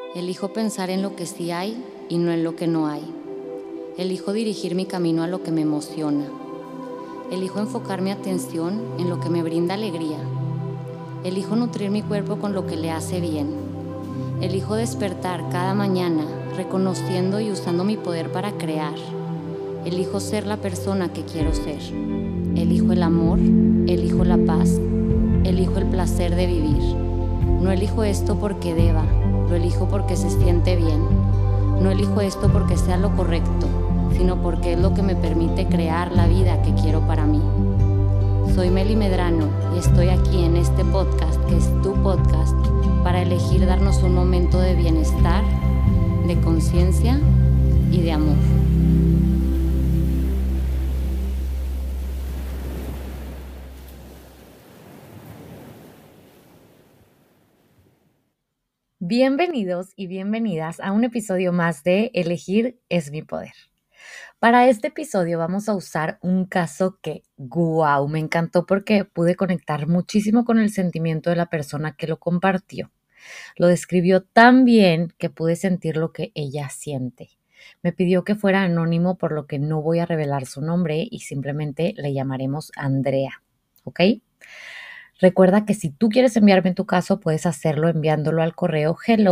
Elijo pensar en lo que sí hay y no en lo que no hay. Elijo dirigir mi camino a lo que me emociona. Elijo enfocar mi atención en lo que me brinda alegría. Elijo nutrir mi cuerpo con lo que le hace bien. Elijo despertar cada mañana reconociendo y usando mi poder para crear. Elijo ser la persona que quiero ser. Elijo el amor, elijo la paz, elijo el placer de vivir. No elijo esto porque deba, lo elijo porque se siente bien. No elijo esto porque sea lo correcto, sino porque es lo que me permite crear la vida que quiero para mí. Soy Meli Medrano y estoy aquí en este podcast, que es tu podcast, para elegir darnos un momento de bienestar, de conciencia y de amor. Bienvenidos y bienvenidas a un episodio más de Elegir es mi poder. Para este episodio vamos a usar un caso que, ¡guau!, me encantó porque pude conectar muchísimo con el sentimiento de la persona que lo compartió. Lo describió tan bien que pude sentir lo que ella siente. Me pidió que fuera anónimo, por lo que no voy a revelar su nombre y simplemente le llamaremos Andrea, ¿ok? Recuerda que si tú quieres enviarme tu caso, puedes hacerlo enviándolo al correo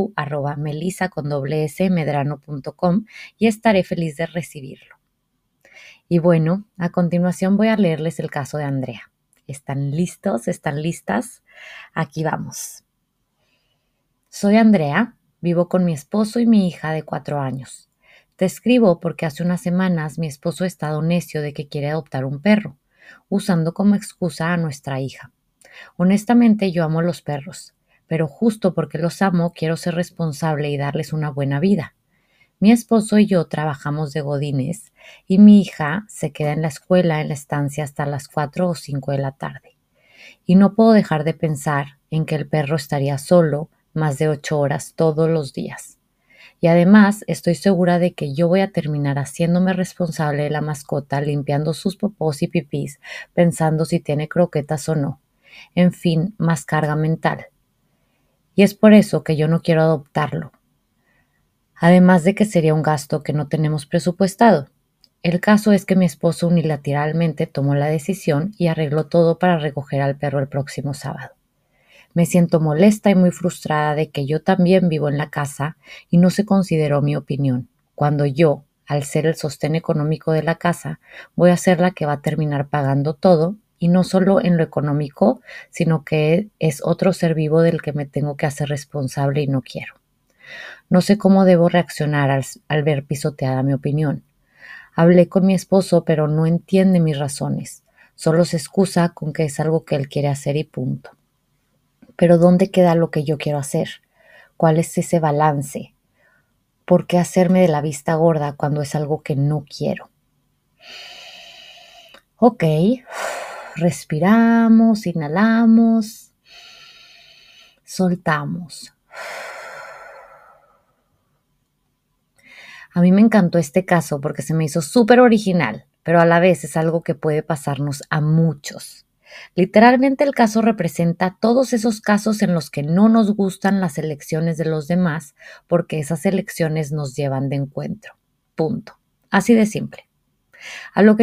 hello@melisa.medrano.com y estaré feliz de recibirlo. Y bueno, a continuación voy a leerles el caso de Andrea. ¿Están listos? ¿Están listas? Aquí vamos. Soy Andrea, vivo con mi esposo y mi hija de 4 años. Te escribo porque hace unas semanas mi esposo ha estado necio de que quiere adoptar un perro, usando como excusa a nuestra hija. Honestamente, yo amo los perros, pero justo porque los amo, quiero ser responsable y darles una buena vida. Mi esposo y yo trabajamos de godines y mi hija se queda en la escuela en la estancia hasta las 4 o 5 de la tarde. Y no puedo dejar de pensar en que el perro estaría solo más de 8 horas todos los días. Y además estoy segura de que yo voy a terminar haciéndome responsable de la mascota, limpiando sus popós y pipís, pensando si tiene croquetas o no. En fin, más carga mental. Y es por eso que yo no quiero adoptarlo. Además de que sería un gasto que no tenemos presupuestado. El caso es que mi esposo unilateralmente tomó la decisión y arregló todo para recoger al perro el próximo sábado. Me siento molesta y muy frustrada de que yo también vivo en la casa y no se consideró mi opinión, cuando yo, al ser el sostén económico de la casa, voy a ser la que va a terminar pagando todo, y no solo en lo económico, sino que es otro ser vivo del que me tengo que hacer responsable y no quiero. No sé cómo debo reaccionar al ver pisoteada mi opinión. Hablé con mi esposo, pero no entiende mis razones. Solo se excusa con que es algo que él quiere hacer y punto. Pero ¿dónde queda lo que yo quiero hacer? ¿Cuál es ese balance? ¿Por qué hacerme de la vista gorda cuando es algo que no quiero? Ok, respiramos, inhalamos, soltamos. A mí me encantó este caso porque se me hizo súper original, pero a la vez es algo que puede pasarnos a muchos. Literalmente el caso representa todos esos casos en los que no nos gustan las elecciones de los demás porque esas elecciones nos llevan de encuentro. Punto. Así de simple. A lo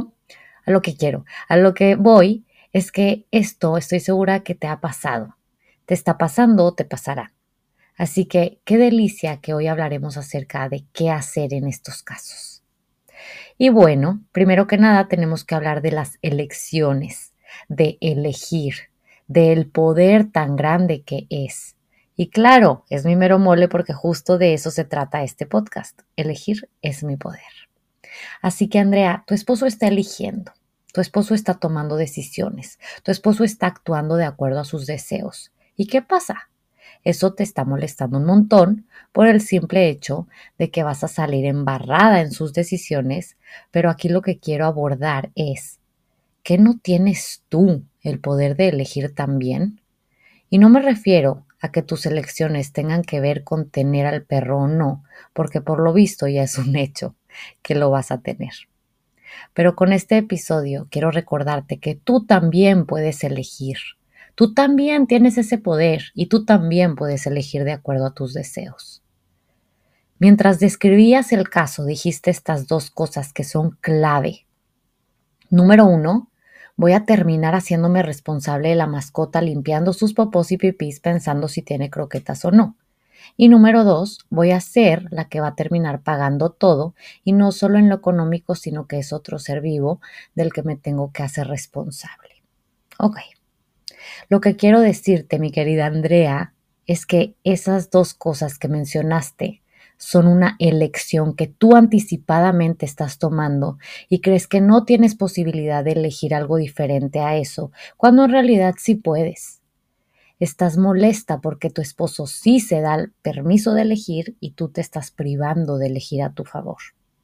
que voy es que esto estoy segura que te ha pasado. Te está pasando o te pasará. Así que qué delicia que hoy hablaremos acerca de qué hacer en estos casos. Y bueno, primero que nada tenemos que hablar de las elecciones, de elegir, del poder tan grande que es. Y claro, es mi mero mole porque justo de eso se trata este podcast. Elegir es mi poder. Así que Andrea, tu esposo está eligiendo, tu esposo está tomando decisiones, tu esposo está actuando de acuerdo a sus deseos. ¿Y qué pasa? Eso te está molestando un montón por el simple hecho de que vas a salir embarrada en sus decisiones, pero aquí lo que quiero abordar es, ¿qué no tienes tú el poder de elegir también? Y no me refiero a que tus elecciones tengan que ver con tener al perro o no, porque por lo visto ya es un hecho que lo vas a tener. Pero con este episodio quiero recordarte que tú también puedes elegir. Tú también tienes ese poder y tú también puedes elegir de acuerdo a tus deseos. Mientras describías el caso, dijiste estas dos cosas que son clave. Número 1, voy a terminar haciéndome responsable de la mascota limpiando sus popós y pipís pensando si tiene croquetas o no. Y número 2, voy a ser la que va a terminar pagando todo y no solo en lo económico, sino que es otro ser vivo del que me tengo que hacer responsable. Ok, lo que quiero decirte, mi querida Andrea, es que esas dos cosas que mencionaste son una elección que tú anticipadamente estás tomando y crees que no tienes posibilidad de elegir algo diferente a eso, cuando en realidad sí puedes. Estás molesta porque tu esposo sí se da el permiso de elegir y tú te estás privando de elegir a tu favor.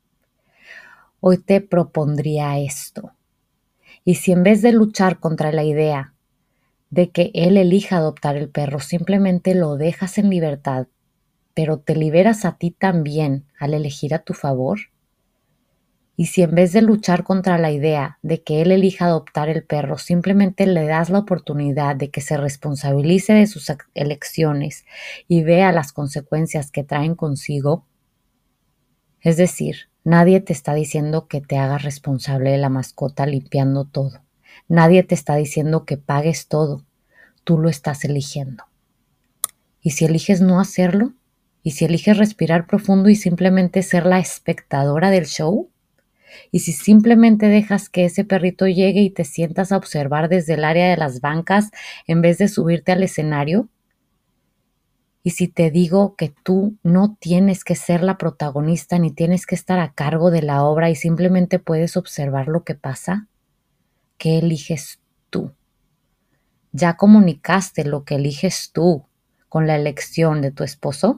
Hoy te propondría esto. Y si en vez de luchar contra la idea de que él elija adoptar el perro, simplemente lo dejas en libertad, pero te liberas a ti también al elegir a tu favor. Y si en vez de luchar contra la idea de que él elija adoptar el perro, simplemente le das la oportunidad de que se responsabilice de sus elecciones y vea las consecuencias que traen consigo, es decir, nadie te está diciendo que te hagas responsable de la mascota limpiando todo. Nadie te está diciendo que pagues todo. Tú lo estás eligiendo. ¿Y si eliges no hacerlo? ¿Y si eliges respirar profundo y simplemente ser la espectadora del show? ¿Y si simplemente dejas que ese perrito llegue y te sientas a observar desde el área de las bancas en vez de subirte al escenario? ¿Y si te digo que tú no tienes que ser la protagonista ni tienes que estar a cargo de la obra y simplemente puedes observar lo que pasa? ¿Qué eliges tú? ¿Ya comunicaste lo que eliges tú con la elección de tu esposo?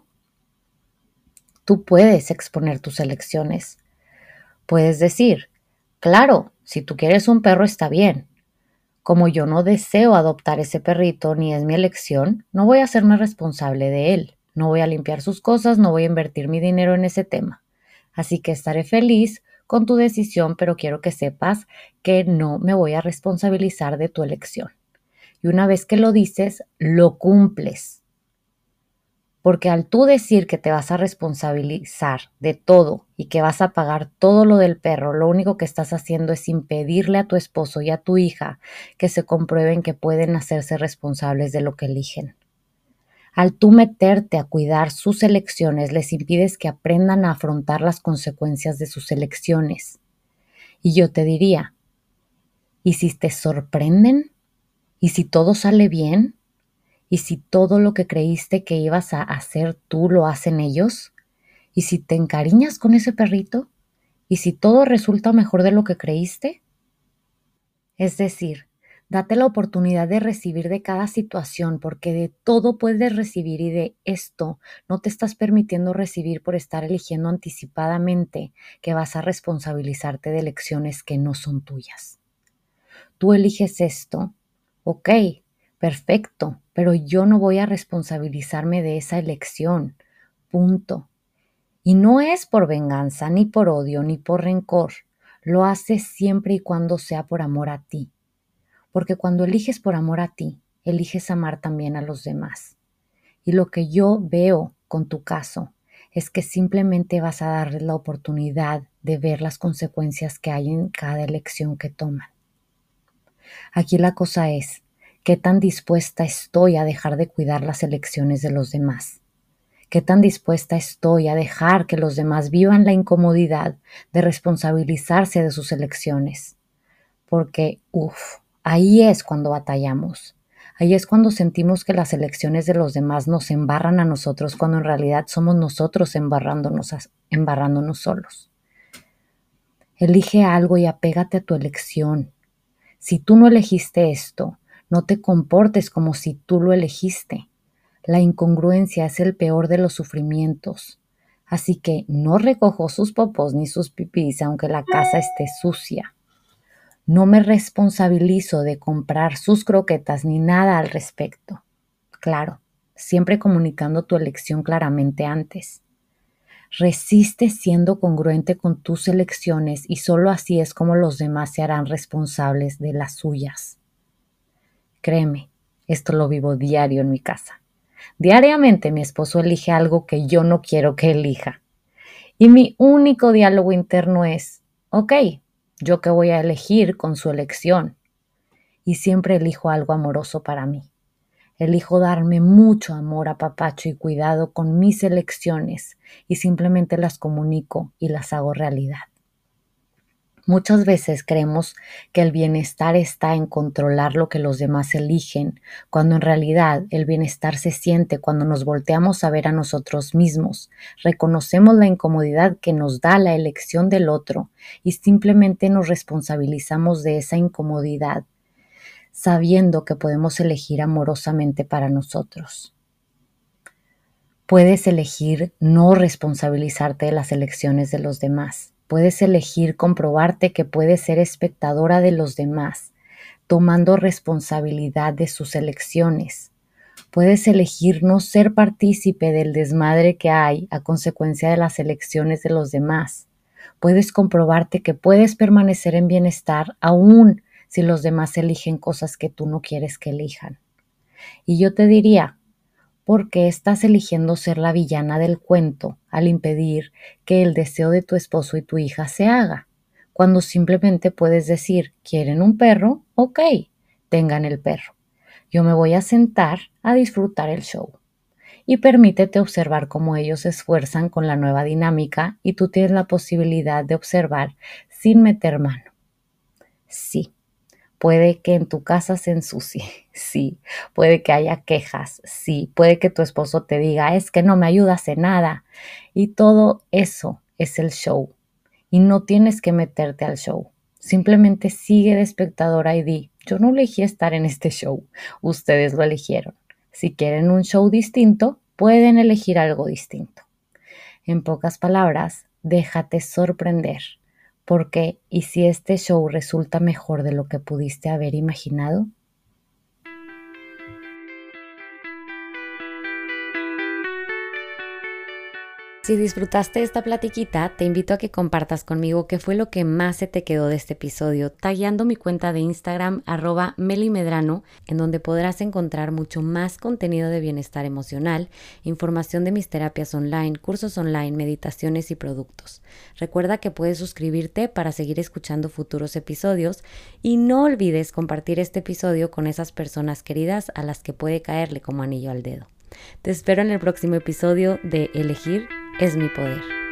Tú puedes exponer tus elecciones. Puedes decir, claro, si tú quieres un perro está bien. Como yo no deseo adoptar ese perrito ni es mi elección, no voy a hacerme responsable de él. No voy a limpiar sus cosas, no voy a invertir mi dinero en ese tema. Así que estaré feliz con tu decisión, pero quiero que sepas que no me voy a responsabilizar de tu elección. Y una vez que lo dices, lo cumples. Porque al tú decir que te vas a responsabilizar de todo y que vas a pagar todo lo del perro, lo único que estás haciendo es impedirle a tu esposo y a tu hija que se comprueben que pueden hacerse responsables de lo que eligen. Al tú meterte a cuidar sus elecciones, les impides que aprendan a afrontar las consecuencias de sus elecciones. Y yo te diría, ¿y si te sorprenden? ¿Y si todo sale bien? ¿Y si todo lo que creíste que ibas a hacer tú lo hacen ellos? ¿Y si te encariñas con ese perrito? ¿Y si todo resulta mejor de lo que creíste? Es decir, date la oportunidad de recibir de cada situación, porque de todo puedes recibir y de esto no te estás permitiendo recibir por estar eligiendo anticipadamente que vas a responsabilizarte de elecciones que no son tuyas. Tú eliges esto, ok, perfecto, pero yo no voy a responsabilizarme de esa elección, punto. Y no es por venganza, ni por odio, ni por rencor. Lo haces siempre y cuando sea por amor a ti. Porque cuando eliges por amor a ti, eliges amar también a los demás. Y lo que yo veo con tu caso es que simplemente vas a darles la oportunidad de ver las consecuencias que hay en cada elección que toman. Aquí la cosa es, ¿qué tan dispuesta estoy a dejar de cuidar las elecciones de los demás? ¿Qué tan dispuesta estoy a dejar que los demás vivan la incomodidad de responsabilizarse de sus elecciones? Porque, ahí es cuando batallamos. Ahí es cuando sentimos que las elecciones de los demás nos embarran a nosotros, cuando en realidad somos nosotros embarrándonos solos. Elige algo y apégate a tu elección. Si tú no elegiste esto, no te comportes como si tú lo elegiste. La incongruencia es el peor de los sufrimientos. Así que no recojo sus popos ni sus pipís aunque la casa esté sucia. No me responsabilizo de comprar sus croquetas ni nada al respecto. Claro, siempre comunicando tu elección claramente antes. Resiste siendo congruente con tus elecciones y solo así es como los demás se harán responsables de las suyas. Créeme, Esto lo vivo diario en mi casa. Diariamente mi esposo elige algo que yo no quiero que elija. Y mi único diálogo interno es, ok, ¿yo qué voy a elegir con su elección? Y siempre elijo algo amoroso para mí. Elijo darme mucho amor, apapacho y cuidado con mis elecciones y simplemente las comunico y las hago realidad. Muchas veces creemos que el bienestar está en controlar lo que los demás eligen, cuando en realidad el bienestar se siente cuando nos volteamos a ver a nosotros mismos, reconocemos la incomodidad que nos da la elección del otro y simplemente nos responsabilizamos de esa incomodidad, sabiendo que podemos elegir amorosamente para nosotros. Puedes elegir no responsabilizarte de las elecciones de los demás. Puedes elegir comprobarte que puedes ser espectadora de los demás, tomando responsabilidad de sus elecciones. Puedes elegir no ser partícipe del desmadre que hay a consecuencia de las elecciones de los demás. Puedes comprobarte que puedes permanecer en bienestar aún si los demás eligen cosas que tú no quieres que elijan. Y yo te diría, ¿por qué estás eligiendo ser la villana del cuento al impedir que el deseo de tu esposo y tu hija se haga? Cuando simplemente puedes decir, ¿quieren un perro? Ok, tengan el perro. Yo me voy a sentar a disfrutar el show. Y permítete observar cómo ellos se esfuerzan con la nueva dinámica y tú tienes la posibilidad de observar sin meter mano. Sí. Puede que en tu casa se ensucie, sí. Puede que haya quejas, sí. Puede que tu esposo te diga, es que no me ayudas en nada. Y todo eso es el show. Y no tienes que meterte al show. Simplemente sigue de espectadora y di, yo no elegí estar en este show. Ustedes lo eligieron. Si quieren un show distinto, pueden elegir algo distinto. En pocas palabras, déjate sorprender. Porque, ¿y si este show resulta mejor de lo que pudiste haber imaginado? Si disfrutaste esta platiquita, te invito a que compartas conmigo qué fue lo que más se te quedó de este episodio, tagueando mi cuenta de Instagram @melimedrano, en donde podrás encontrar mucho más contenido de bienestar emocional, información de mis terapias online, cursos online, meditaciones y productos. Recuerda que puedes suscribirte para seguir escuchando futuros episodios y no olvides compartir este episodio con esas personas queridas a las que puede caerle como anillo al dedo. Te espero en el próximo episodio de Elegir es mi poder.